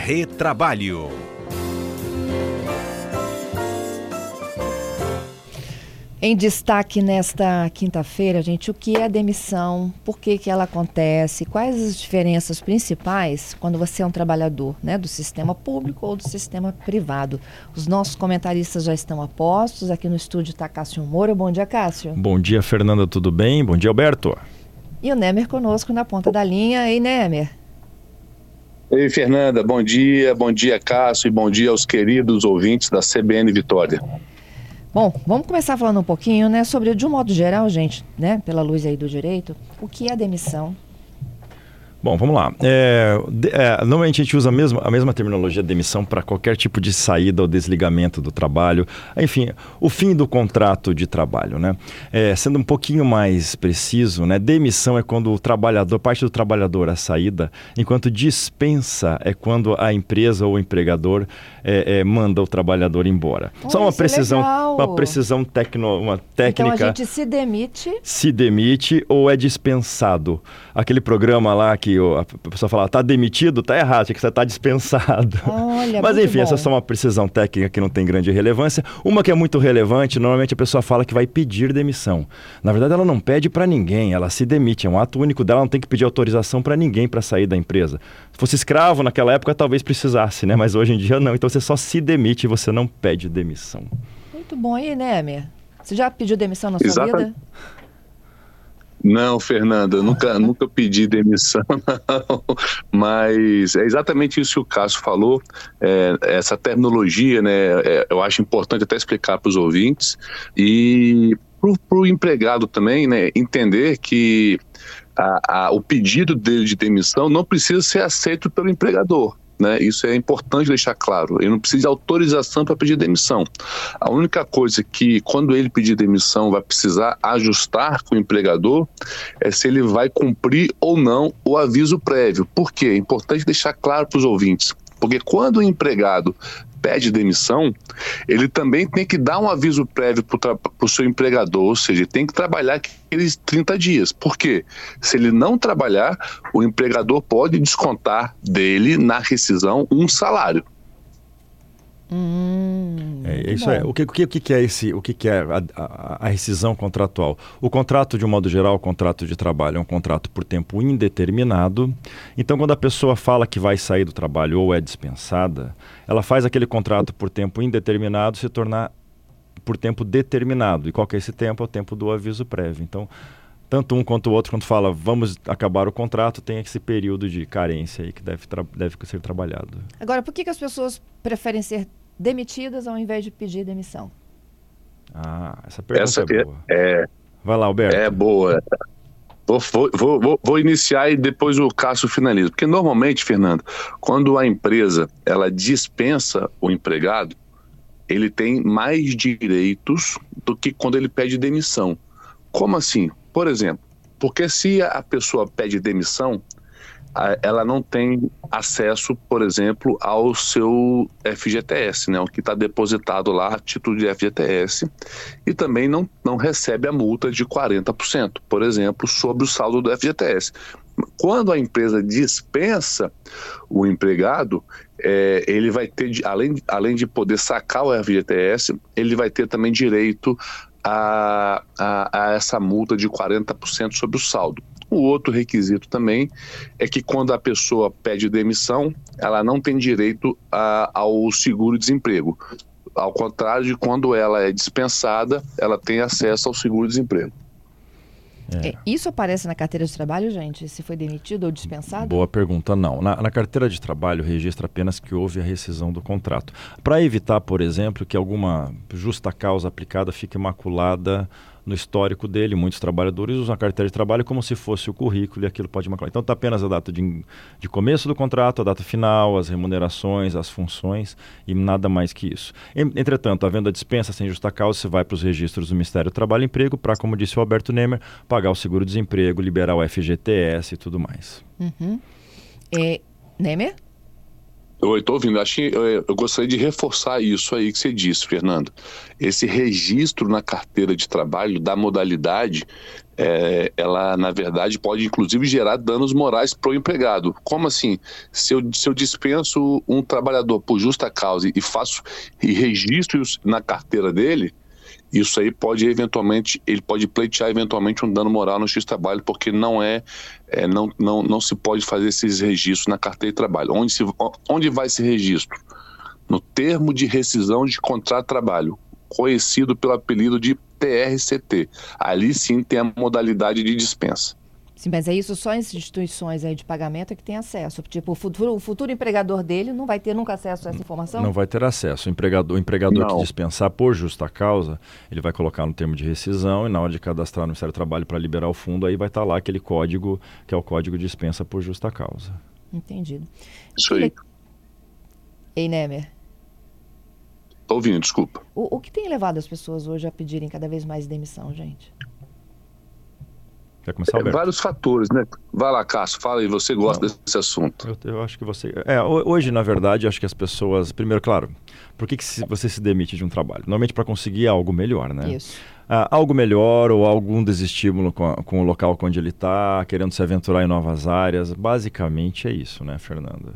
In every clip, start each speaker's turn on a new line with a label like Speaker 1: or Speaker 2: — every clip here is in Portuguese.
Speaker 1: Retrabalho.
Speaker 2: Em destaque nesta quinta-feira, gente, o que é demissão, por que ela acontece, quais as diferenças principais quando você é um trabalhador, né, do sistema público ou do sistema privado. Os nossos comentaristas já estão a postos, aqui no estúdio está Cássio Moura. Bom dia, Cássio.
Speaker 3: Bom dia, Fernanda, tudo bem? Bom dia, Alberto.
Speaker 2: E o Nemer conosco na ponta da linha. Ei, Nemer.
Speaker 4: Ei, Fernanda, bom dia, Cássio, e bom dia aos queridos ouvintes da CBN Vitória.
Speaker 2: Bom, vamos começar falando um pouquinho, né, sobre, de um modo geral, gente, né, pela luz aí do direito, o que é demissão?
Speaker 3: Bom, vamos lá. Normalmente a gente usa a mesma terminologia de demissão para qualquer tipo de saída ou desligamento do trabalho. Enfim, o fim do contrato de trabalho, né? Sendo um pouquinho mais preciso, né? Demissão é quando parte do trabalhador a saída, enquanto dispensa é quando a empresa ou o empregador manda o trabalhador embora. Só uma precisão técnica.
Speaker 2: Então a gente se demite.
Speaker 3: Se demite ou é dispensado. Aquele programa lá que a pessoa fala, tá demitido, tá errado, tinha que você está dispensado.
Speaker 2: Olha,
Speaker 3: mas enfim,
Speaker 2: bom.
Speaker 3: essa é só uma precisão técnica que não tem grande relevância. Uma que é muito relevante, normalmente a pessoa fala que vai pedir demissão. Na verdade, ela não pede para ninguém, ela se demite. É um ato único dela, não tem que pedir autorização para ninguém para sair da empresa. Se fosse escravo naquela época, talvez precisasse, né? Mas hoje em dia não. Então você só se demite e você não pede demissão.
Speaker 2: Muito bom. E aí, Nemer? Você já pediu demissão na sua vida?
Speaker 4: Não, Fernanda, eu nunca pedi demissão, não. Mas é exatamente isso que o Cássio falou, essa terminologia, né, eu acho importante até explicar para os ouvintes e para o empregado também, né, entender que o pedido dele de demissão não precisa ser aceito pelo empregador. Né? Isso é importante deixar claro. Ele não precisa de autorização para pedir demissão. A única coisa que, quando ele pedir demissão, vai precisar ajustar com o empregador é se ele vai cumprir ou não o aviso prévio. Por quê? É importante deixar claro para os ouvintes. Porque quando o empregado pede demissão, ele também tem que dar um aviso prévio para o seu empregador, ou seja, ele tem que trabalhar aqueles 30 dias. Por quê? Se ele não trabalhar, o empregador pode descontar dele, na rescisão, um salário.
Speaker 3: Isso é. O que é a rescisão contratual? O contrato, de um modo geral, o contrato de trabalho é um contrato por tempo indeterminado. Então, quando a pessoa fala que vai sair do trabalho ou é dispensada, ela faz aquele contrato por tempo indeterminado se tornar por tempo determinado. E qual que é esse tempo? É o tempo do aviso prévio. Então, tanto um quanto o outro, quando fala vamos acabar o contrato, tem esse período de carência aí que deve ser trabalhado.
Speaker 2: Agora, por que as pessoas preferem ser demitidas ao invés de pedir demissão?
Speaker 3: Essa pergunta é boa. Vai lá, Alberto.
Speaker 4: É boa. Vou iniciar e depois o Cássio finaliza. Porque normalmente, Fernando, quando a empresa ela dispensa o empregado, ele tem mais direitos do que quando ele pede demissão. Como assim? Por exemplo, porque se a pessoa pede demissão, ela não tem acesso, por exemplo, ao seu FGTS, né, o que está depositado lá a título de FGTS, e também não recebe a multa de 40%, por exemplo, sobre o saldo do FGTS. Quando a empresa dispensa o empregado, ele vai ter, além de poder sacar o FGTS, ele vai ter também direito a essa multa de 40% sobre o saldo. O outro requisito também é que quando a pessoa pede demissão, ela não tem direito ao seguro-desemprego. Ao contrário de quando ela é dispensada, ela tem acesso ao seguro-desemprego.
Speaker 2: Isso aparece na carteira de trabalho, gente? Se foi demitido ou dispensado?
Speaker 3: Boa pergunta, não. Na carteira de trabalho registra apenas que houve a rescisão do contrato. Para evitar, por exemplo, que alguma justa causa aplicada fique maculada no histórico dele, muitos trabalhadores usam a carteira de trabalho como se fosse o currículo e aquilo pode macular. Então está apenas a data de começo do contrato, a data final, as remunerações, as funções e nada mais que isso. Entretanto, havendo a dispensa sem justa causa, você vai para os registros do Ministério do Trabalho e Emprego para, como disse o Alberto Nemer, pagar o seguro-desemprego, liberar o FGTS e tudo mais.
Speaker 2: Nemer?
Speaker 4: Eu estou ouvindo. Acho que eu gostaria de reforçar isso aí que você disse, Fernando. Esse registro na carteira de trabalho da modalidade, ela, na verdade, pode inclusive gerar danos morais para o empregado. Como assim? Se eu dispenso um trabalhador por justa causa e registro isso na carteira dele, isso aí pode eventualmente, ele pode pleitear eventualmente um dano moral no Justiça do Trabalho, porque não se pode fazer esses registros na carteira de trabalho. Onde vai esse registro? No termo de rescisão de contrato de trabalho, conhecido pelo apelido de TRCT. Ali sim tem a modalidade de dispensa.
Speaker 2: Sim, mas é isso, só as instituições aí de pagamento é que tem acesso. Tipo, o futuro empregador dele não vai ter nunca acesso a essa informação?
Speaker 3: Não vai ter acesso. O empregador que dispensar por justa causa, ele vai colocar no termo de rescisão e na hora de cadastrar no Ministério do Trabalho para liberar o fundo, aí vai estar lá aquele código, que é o código de dispensa por justa causa.
Speaker 2: Entendido.
Speaker 4: Isso aí.
Speaker 2: Ei, Nemer.
Speaker 4: Estou ouvindo, desculpa.
Speaker 2: O que tem levado as pessoas hoje a pedirem cada vez mais demissão, gente?
Speaker 3: Quer começar, Alberto?
Speaker 4: Vários fatores, né? Vai lá, Cássio, fala aí, você gosta desse assunto.
Speaker 3: Eu acho que você... hoje, na verdade, acho que as pessoas... Primeiro, claro, por que você se demite de um trabalho? Normalmente para conseguir algo melhor, né?
Speaker 2: Isso.
Speaker 3: Algo melhor ou algum desestímulo com o local onde ele está, querendo se aventurar em novas áreas. Basicamente é isso, né, Fernanda?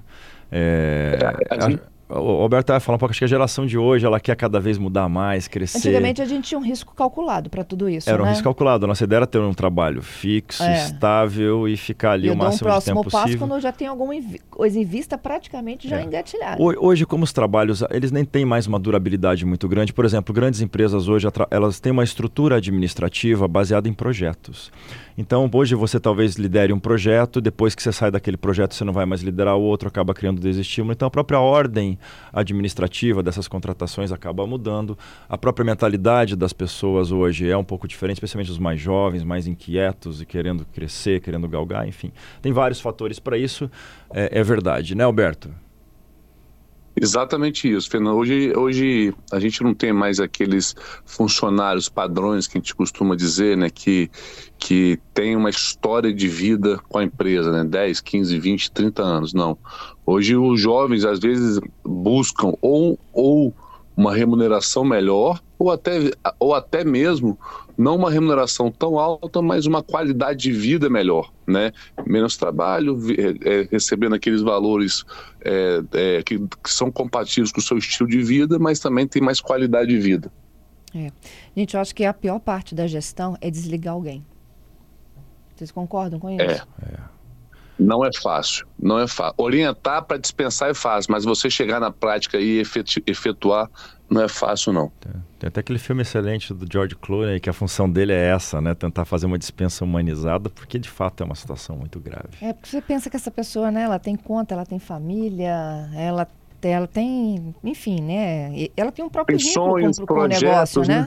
Speaker 3: O Alberto vai falar um pouco, acho que a geração de hoje, ela quer cada vez mudar mais, crescer.
Speaker 2: Antigamente a gente tinha um risco calculado para tudo isso,
Speaker 3: Era um
Speaker 2: né?
Speaker 3: risco calculado. A nossa ideia era ter um trabalho fixo, estável e ficar ali o máximo de tempo possível.
Speaker 2: Eu dou um próximo passo quando eu já tenho alguma coisa em vista praticamente já engatilhada.
Speaker 3: Hoje, como os trabalhos, eles nem têm mais uma durabilidade muito grande. Por exemplo, grandes empresas hoje, elas têm uma estrutura administrativa baseada em projetos. Então, hoje você talvez lidere um projeto, depois que você sai daquele projeto você não vai mais liderar o outro, acaba criando desestímulo. Então, a própria ordem administrativa dessas contratações acaba mudando. A própria mentalidade das pessoas hoje é um pouco diferente, especialmente os mais jovens, mais inquietos e querendo crescer, querendo galgar, enfim. Tem vários fatores para isso, é verdade, né, Alberto?
Speaker 4: Exatamente isso, Fernando. Hoje a gente não tem mais aqueles funcionários padrões que a gente costuma dizer, né, que tem uma história de vida com a empresa, né, 10, 15, 20, 30 anos, não. Hoje os jovens às vezes buscam ou uma remuneração melhor ou até mesmo não uma remuneração tão alta, mas uma qualidade de vida melhor, né? Menos trabalho, recebendo aqueles valores que são compatíveis com o seu estilo de vida, mas também tem mais qualidade de vida.
Speaker 2: Gente, eu acho que a pior parte da gestão é desligar alguém. Vocês concordam com isso?
Speaker 4: Não é fácil, não é fácil. Orientar para dispensar é fácil, mas você chegar na prática e efetuar não é fácil, não.
Speaker 3: Tem até aquele filme excelente do George Clooney, que a função dele é essa, né? Tentar fazer uma dispensa humanizada, porque de fato é uma situação muito grave.
Speaker 2: Porque você pensa que essa pessoa, né, ela tem conta, ela tem família, ela tem, enfim, né? Ela tem um próprio vínculo com o negócio, né?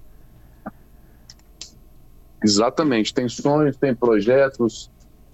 Speaker 4: Exatamente, tem sonhos, tem projetos.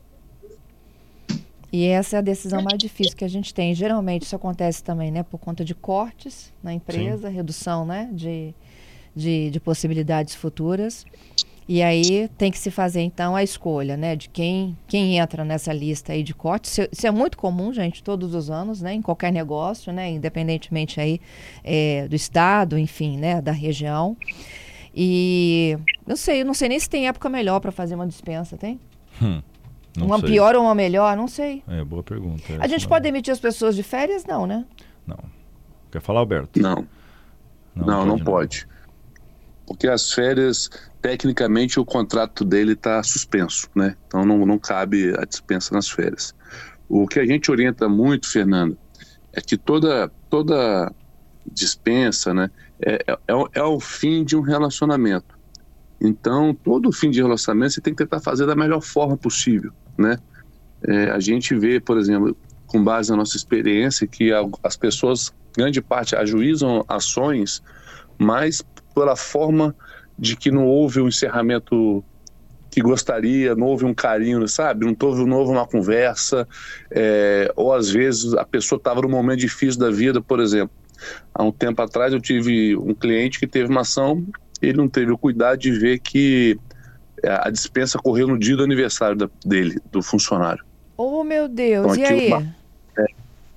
Speaker 2: E essa é a decisão mais difícil que a gente tem. Geralmente isso acontece também, né, por conta de cortes na empresa, redução, né, de possibilidades futuras. E aí tem que se fazer, então, a escolha, né, de quem entra nessa lista aí de cortes. Isso é muito comum, gente, todos os anos, né, em qualquer negócio, né, independentemente aí do estado, enfim, né, da região. E eu não sei nem se tem época melhor para fazer uma dispensa, tem? Uma pior ou uma melhor? Não sei.
Speaker 3: Boa pergunta.
Speaker 2: A gente pode demitir as pessoas de férias? Não, né?
Speaker 3: Não. Quer falar, Alberto?
Speaker 4: Não pode. Porque as férias, tecnicamente, o contrato dele está suspenso, né? Então não cabe a dispensa nas férias. O que a gente orienta muito, Fernando, é que toda dispensa, né, é o fim de um relacionamento. Então, todo fim de relacionamento você tem que tentar fazer da melhor forma possível, né? A gente vê, por exemplo, com base na nossa experiência, que as pessoas, grande parte, ajuizam ações, mas pela forma de que não houve um encerramento que gostaria, não houve um carinho, sabe? Não houve uma conversa, ou às vezes a pessoa estava num momento difícil da vida, por exemplo. Há um tempo atrás eu tive um cliente que teve uma ação, ele não teve o cuidado de ver que a dispensa correu no dia do aniversário dele, do funcionário.
Speaker 2: Oh, meu Deus, então, e aí?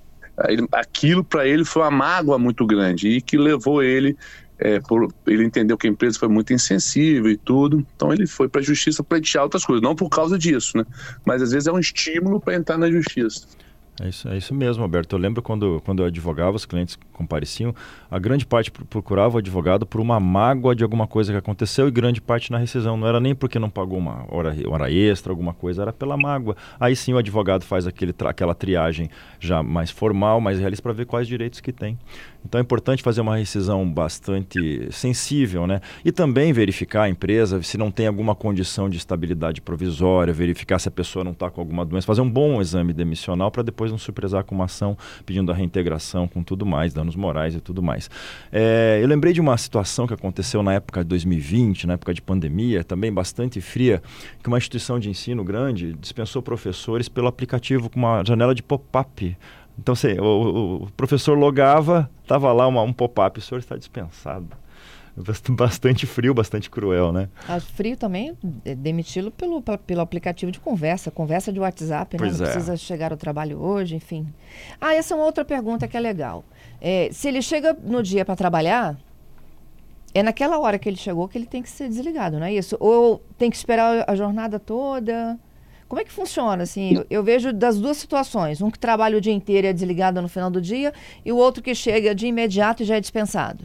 Speaker 4: Aquilo para ele foi uma mágoa muito grande e que levou ele, ele entendeu que a empresa foi muito insensível e tudo, então ele foi para a justiça pleitear outras coisas, não por causa disso, né? Mas às vezes é um estímulo para entrar na justiça.
Speaker 3: É isso mesmo, Alberto. Eu lembro quando eu advogava, os clientes compareciam, a grande parte procurava o advogado por uma mágoa de alguma coisa que aconteceu e grande parte na rescisão. Não era nem porque não pagou uma hora extra, alguma coisa, era pela mágoa. Aí sim o advogado faz aquela triagem já mais formal, mais realista, para ver quais direitos que tem. Então é importante fazer uma rescisão bastante sensível, né? E também verificar a empresa se não tem alguma condição de estabilidade provisória, verificar se a pessoa não está com alguma doença, fazer um bom exame demissional para depois não surpresar com uma ação pedindo a reintegração com tudo mais, danos morais e tudo mais. Eu lembrei de uma situação que aconteceu na época de 2020, na época de pandemia, também bastante fria, que uma instituição de ensino grande dispensou professores pelo aplicativo com uma janela de pop-up. Então, assim, o professor logava, estava lá um pop-up, o senhor está dispensado. Bastante frio, bastante cruel, né?
Speaker 2: Frio também, demiti-lo pelo aplicativo de conversa de WhatsApp, né? Não precisa chegar ao trabalho hoje, enfim. Essa é uma outra pergunta que é legal. Se ele chega no dia para trabalhar, é naquela hora que ele chegou que ele tem que ser desligado, não é isso? Ou tem que esperar a jornada toda? Como é que funciona? Assim, eu vejo das duas situações. Um que trabalha o dia inteiro e é desligado no final do dia, e o outro que chega de imediato e já é dispensado.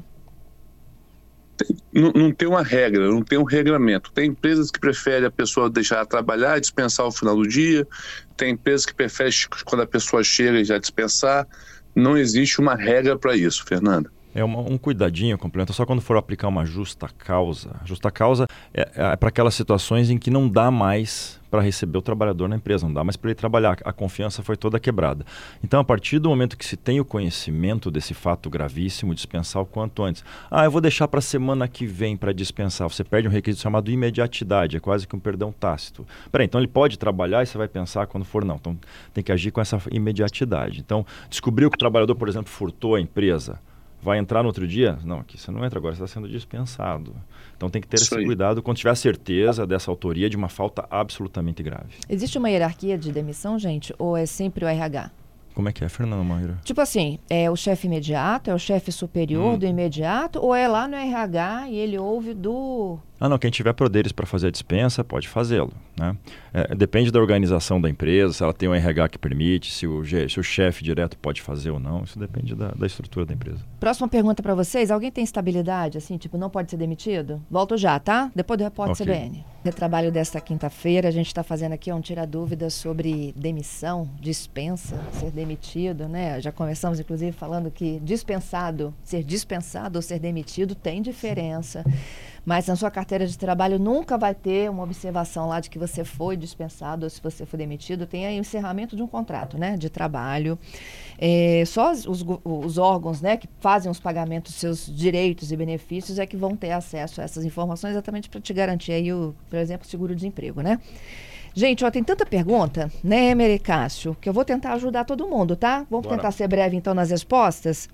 Speaker 4: Não tem uma regra, não tem um regramento. Tem empresas que preferem a pessoa deixar trabalhar e dispensar ao final do dia. Tem empresas que preferem quando a pessoa chega e já dispensar. Não existe uma regra para isso, Fernanda.
Speaker 3: Um cuidadinho, complemento, só quando for aplicar uma justa causa. Justa causa é para aquelas situações em que não dá mais para receber o trabalhador na empresa, não dá mais para ele trabalhar, a confiança foi toda quebrada. Então, a partir do momento que se tem o conhecimento desse fato gravíssimo, dispensar o quanto antes. Eu vou deixar para a semana que vem para dispensar. Você perde um requisito chamado imediatidade, é quase que um perdão tácito. Então ele pode trabalhar e você vai pensar quando for não. Então, tem que agir com essa imediatidade. Então, descobriu que o trabalhador, por exemplo, furtou a empresa, vai entrar no outro dia? Não, aqui você não entra agora, você está sendo dispensado. Então tem que ter esse cuidado quando tiver certeza dessa autoria de uma falta absolutamente grave.
Speaker 2: Existe uma hierarquia de demissão, gente? Ou é sempre o RH?
Speaker 3: Como é que é, Fernanda Maíra?
Speaker 2: Tipo assim, é o chefe imediato, é o chefe superior do imediato, ou é lá no RH e ele ouve do...
Speaker 3: Não, quem tiver poderes para fazer a dispensa pode fazê-lo, né? Depende da organização da empresa, se ela tem um RH que permite, se o chefe direto pode fazer ou não, isso depende da estrutura da empresa.
Speaker 2: Próxima pergunta para vocês, alguém tem estabilidade, assim, tipo, não pode ser demitido? Volto já, tá? Depois do repórter CBN. No trabalho desta quinta-feira, a gente está fazendo aqui um tira-dúvidas sobre demissão, dispensa, ser demitido, né? Já começamos, inclusive, falando que ser dispensado ou ser demitido tem diferença. Mas na sua carteira de trabalho nunca vai ter uma observação lá de que você foi dispensado ou se você foi demitido. Tem aí o encerramento de um contrato, né, de trabalho. Só os órgãos, né, que fazem os pagamentos dos seus direitos e benefícios é que vão ter acesso a essas informações exatamente para te garantir aí, por exemplo, o seguro-desemprego, né? Gente, tem tanta pergunta, né, Emer e Cássio, que eu vou tentar ajudar todo mundo, tá? Vamos tentar ser breve, então, nas respostas.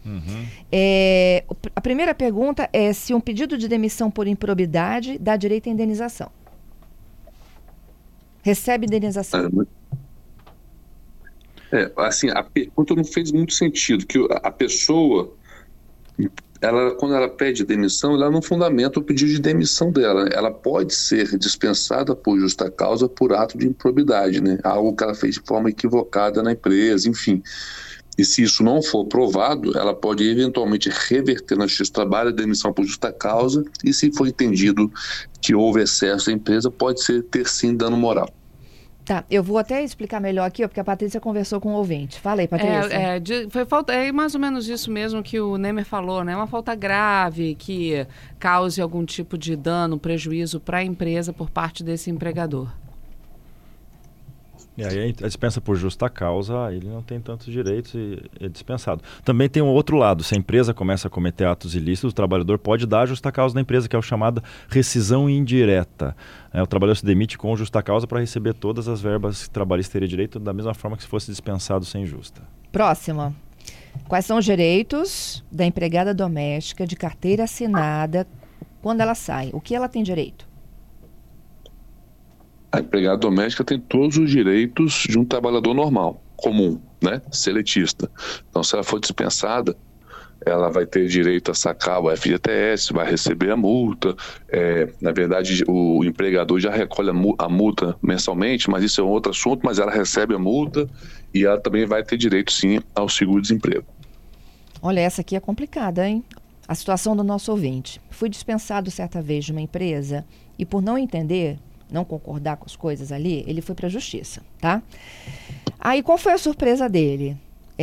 Speaker 2: A primeira pergunta é se um pedido de demissão por improbidade dá direito à indenização. Recebe indenização.
Speaker 4: Assim, a pergunta não fez muito sentido, que a pessoa... quando ela pede demissão, ela não fundamenta o pedido de demissão dela. Ela pode ser dispensada por justa causa por ato de improbidade, né? Algo que ela fez de forma equivocada na empresa, enfim. E se isso não for provado, ela pode eventualmente reverter na Justiça do Trabalho a demissão por justa causa, e se for entendido que houve excesso da empresa, pode ter sim dano moral.
Speaker 2: Tá, eu vou até explicar melhor aqui, porque a Patrícia conversou com o ouvinte. Fala aí, Patrícia.
Speaker 1: É mais ou menos isso mesmo que o Nemer falou, né? Uma falta grave que cause algum tipo de dano, prejuízo para a empresa por parte desse empregador.
Speaker 3: E aí a dispensa por justa causa, ele não tem tantos direitos e é dispensado. Também tem um outro lado, se a empresa começa a cometer atos ilícitos, o trabalhador pode dar a justa causa da empresa, que é o chamado rescisão indireta. O trabalhador se demite com justa causa para receber todas as verbas que o trabalhista teria direito, da mesma forma que se fosse dispensado sem justa.
Speaker 2: Próxima. Quais são os direitos da empregada doméstica de carteira assinada quando ela sai? O que ela tem direito?
Speaker 4: A empregada doméstica tem todos os direitos de um trabalhador normal, comum, né, seletista. Então, se ela for dispensada, ela vai ter direito a sacar o FGTS, vai receber a multa. Na verdade, o empregador já recolhe a multa mensalmente, mas isso é um outro assunto, mas ela recebe a multa e ela também vai ter direito, sim, ao seguro-desemprego.
Speaker 2: Olha, essa aqui é complicada, hein? A situação do nosso ouvinte. Fui dispensado certa vez de uma empresa e, por não entender, não concordar com as coisas ali, ele foi para a justiça, tá? Aí, qual foi a surpresa dele?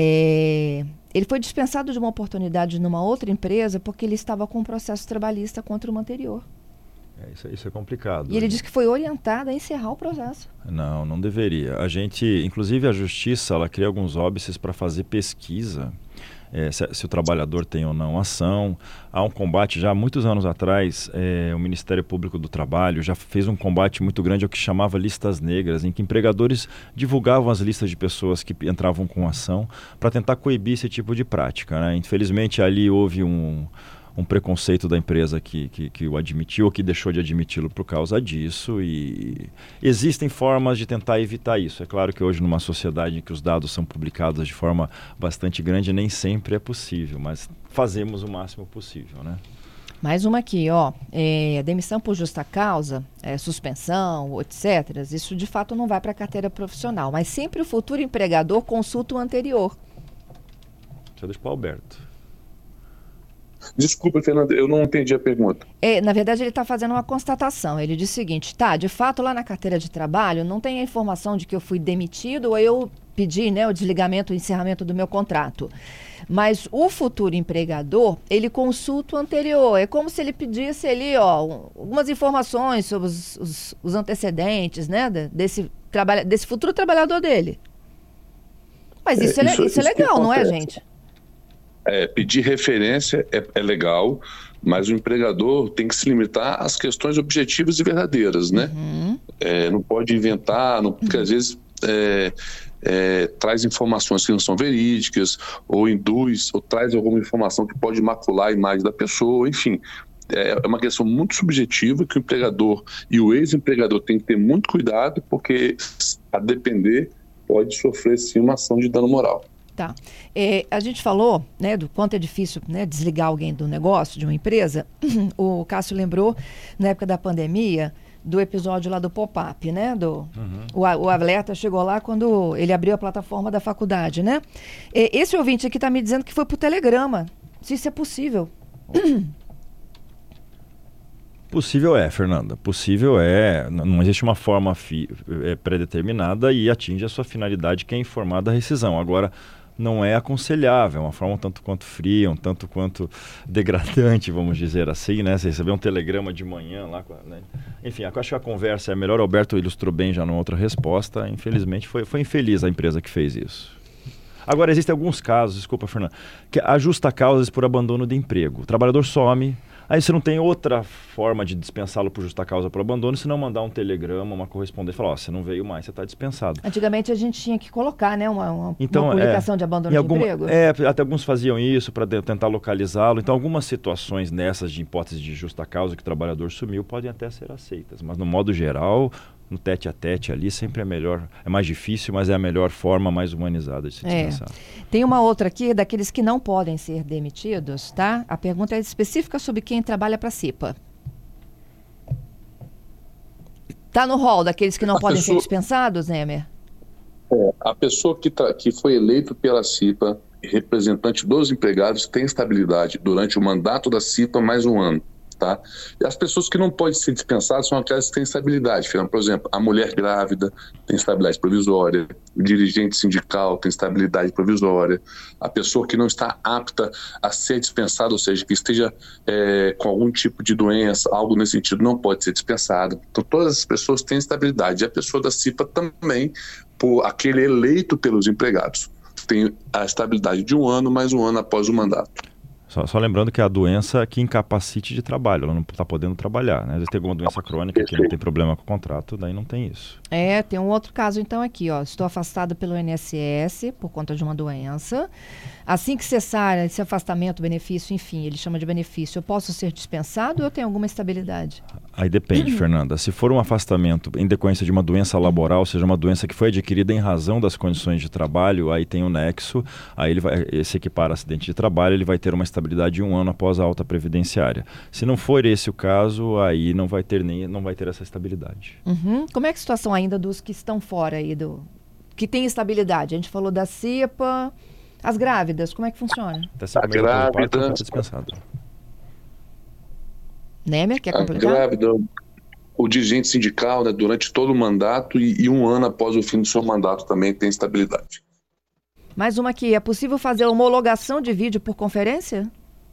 Speaker 2: Ele foi dispensado de uma oportunidade numa outra empresa porque ele estava com um processo trabalhista contra uma anterior.
Speaker 3: Isso é complicado.
Speaker 2: E ele disse que foi orientado a encerrar o processo.
Speaker 3: Não deveria. Inclusive a justiça, ela cria alguns óbices para fazer pesquisa. Se o trabalhador tem ou não ação. Há um combate já há muitos anos atrás, o Ministério Público do Trabalho já fez um combate muito grande ao que chamava listas negras, em que empregadores divulgavam as listas de pessoas que entravam com ação para tentar coibir esse tipo de prática, né? Infelizmente ali houve um preconceito da empresa que o admitiu ou que deixou de admiti-lo por causa disso, e existem formas de tentar evitar isso. É claro que hoje, numa sociedade em que os dados são publicados de forma bastante grande, nem sempre é possível, mas fazemos o máximo possível, né?
Speaker 2: Mais uma aqui, ó. Demissão por justa causa, suspensão, etc. Isso de fato não vai para a carteira profissional, mas sempre o futuro empregador consulta o anterior.
Speaker 3: Deixa para o Alberto.
Speaker 4: Desculpa, Fernanda, eu não entendi a pergunta.
Speaker 2: Na verdade, ele está fazendo uma constatação. Ele diz o seguinte: de fato, lá na carteira de trabalho não tem a informação de que eu fui demitido ou eu pedi, o desligamento, o encerramento do meu contrato. Mas o futuro empregador, ele consulta o anterior. É como se ele pedisse ali, algumas informações sobre os antecedentes, né, desse futuro trabalhador dele. Mas isso é legal, não é, gente?
Speaker 4: Pedir referência é legal, mas o empregador tem que se limitar às questões objetivas e verdadeiras, né? Uhum. Não pode inventar, porque às vezes traz informações que não são verídicas, ou induz, ou traz alguma informação que pode macular a imagem da pessoa, enfim. É uma questão muito subjetiva que o empregador e o ex-empregador têm que ter muito cuidado, porque, a depender, pode sofrer sim uma ação de dano moral.
Speaker 2: Tá. A gente falou, do quanto é difícil, desligar alguém do negócio, de uma empresa. O Cássio lembrou, na época da pandemia, do episódio lá do pop-up, né? O alerta chegou lá quando ele abriu a plataforma da faculdade, né? Esse ouvinte aqui está me dizendo que foi por telegrama. Se isso é possível.
Speaker 3: Possível Fernanda. Possível não existe uma forma pré-determinada e atinge a sua finalidade, que é informar da rescisão. Agora, não é aconselhável, é uma forma um tanto quanto fria, um tanto quanto degradante, vamos dizer assim, né? Você receber um telegrama de manhã lá, né? Enfim, acho que a conversa é melhor. O Alberto ilustrou bem já numa outra resposta. Infelizmente, foi infeliz a empresa que fez isso. Agora, existem alguns casos, desculpa, Fernanda, que há justa causa por abandono de emprego. O trabalhador some, aí você não tem outra forma de dispensá-lo por justa causa por abandono, senão mandar um telegrama, uma correspondência e falar, você não veio mais, você está dispensado.
Speaker 2: Antigamente a gente tinha que colocar, uma publicação de abandono de emprego.
Speaker 3: Até alguns faziam isso para tentar localizá-lo. Então, algumas situações nessas de hipótese de justa causa que o trabalhador sumiu podem até ser aceitas, mas no modo geral, no tete a tete ali, sempre é melhor, é mais difícil, mas é a melhor forma mais humanizada de se dispensar.
Speaker 2: Tem uma outra aqui, daqueles que não podem ser demitidos, tá? A pergunta é específica sobre quem trabalha para a CIPA. Tá no rol daqueles que não podem ser dispensados, Nemer?
Speaker 4: A pessoa que foi eleito pela CIPA, representante dos empregados, tem estabilidade durante o mandato da CIPA mais um ano. Tá? E as pessoas que não podem ser dispensadas são aquelas que têm estabilidade. Por exemplo, a mulher grávida tem estabilidade provisória, o dirigente sindical tem estabilidade provisória, a pessoa que não está apta a ser dispensada, ou seja, que esteja com algum tipo de doença, algo nesse sentido, não pode ser dispensada. Então, todas as pessoas têm estabilidade. E a pessoa da CIPA também, por aquele eleito pelos empregados, tem a estabilidade de um ano mais um ano após o mandato.
Speaker 3: Só lembrando que é a doença que incapacite de trabalho, ela não está podendo trabalhar, né? Às vezes tem alguma doença crônica que não tem problema com o contrato, daí não tem isso.
Speaker 2: Tem um outro caso então aqui, ó. Estou afastado pelo INSS por conta de uma doença. Assim que cessar esse afastamento, benefício, enfim, ele chama de benefício, eu posso ser dispensado ou eu tenho alguma estabilidade?
Speaker 3: Aí depende, Fernanda. Se for um afastamento em decorrência de uma doença laboral, ou seja, uma doença que foi adquirida em razão das condições de trabalho, aí tem um nexo, aí ele vai se equipar a acidente de trabalho, ele vai ter uma estabilidade de 1 ano após a alta previdenciária. Se não for esse o caso, aí não vai ter essa estabilidade.
Speaker 2: Uhum. Como é que é a situação ainda dos que estão fora aí, que tem estabilidade? A gente falou da CIPA, as grávidas, como é que funciona?
Speaker 4: A grávida...
Speaker 3: dispensado.
Speaker 2: Nemer, quer completar?
Speaker 4: A grávida, o dirigente sindical, né, durante todo o mandato e 1 ano após o fim do seu mandato também tem estabilidade.
Speaker 2: Mais uma aqui, é possível fazer homologação de vídeo por conferência?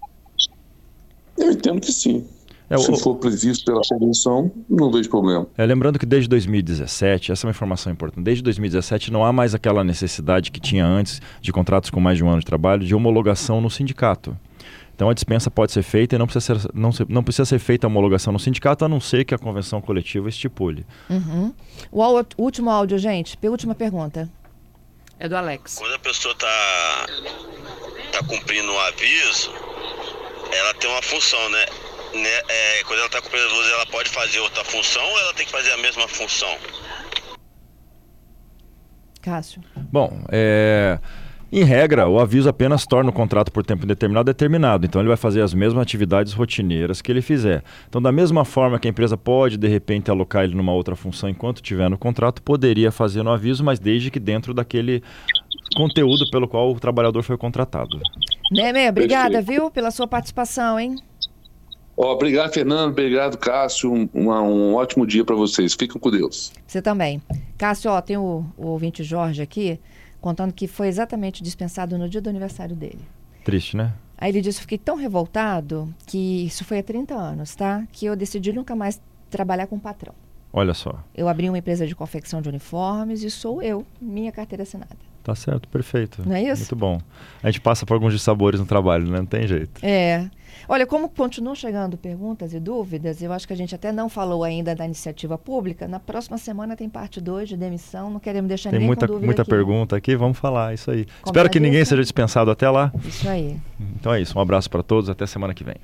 Speaker 4: Eu entendo que sim. Se for previsto pela convenção, não vejo problema.
Speaker 3: Lembrando que desde 2017, essa é uma informação importante, desde 2017 não há mais aquela necessidade que tinha antes de contratos com mais de 1 ano de trabalho de homologação no sindicato. Então a dispensa pode ser feita e não precisa ser feita a homologação no sindicato, a não ser que a convenção coletiva estipule.
Speaker 2: Uhum. O último áudio, gente, última pergunta.
Speaker 1: É do Alex.
Speaker 5: Quando a pessoa tá cumprindo um aviso, ela tem uma função, né? Quando ela está cumprindo a luz, ela pode fazer outra função ou ela tem que fazer a mesma função?
Speaker 2: Cássio.
Speaker 3: Bom, em regra, o aviso apenas torna o contrato por tempo indeterminado determinado. Então, ele vai fazer as mesmas atividades rotineiras que ele fizer. Então, da mesma forma que a empresa pode, de repente, alocar ele numa outra função enquanto estiver no contrato, poderia fazer no aviso, mas desde que dentro daquele conteúdo pelo qual o trabalhador foi contratado.
Speaker 2: Nemer, obrigada, viu, pela sua participação, hein?
Speaker 4: Obrigado, Fernando. Obrigado, Cássio. Um ótimo dia para vocês. Fiquem com Deus.
Speaker 2: Você também. Cássio, tem o ouvinte Jorge aqui, contando que foi exatamente dispensado no dia do aniversário dele.
Speaker 3: Triste, né?
Speaker 2: Aí ele disse, fiquei tão revoltado, que isso foi há 30 anos, tá? Que eu decidi nunca mais trabalhar com patrão.
Speaker 3: Olha só.
Speaker 2: Eu abri uma empresa de confecção de uniformes e sou eu, minha carteira assinada.
Speaker 3: Tá certo, perfeito.
Speaker 2: Não é isso?
Speaker 3: Muito bom. A gente passa por alguns dissabores no trabalho, né? Não tem jeito.
Speaker 2: Olha, como continuam chegando perguntas e dúvidas, eu acho que a gente até não falou ainda da iniciativa pública. Na próxima semana tem parte 2 de demissão, não queremos deixar ninguém com dúvida.
Speaker 3: Tem muita pergunta aqui, vamos falar, isso aí. Espero que ninguém seja dispensado até lá.
Speaker 2: Isso aí.
Speaker 3: Então é isso, um abraço para todos, até semana que vem.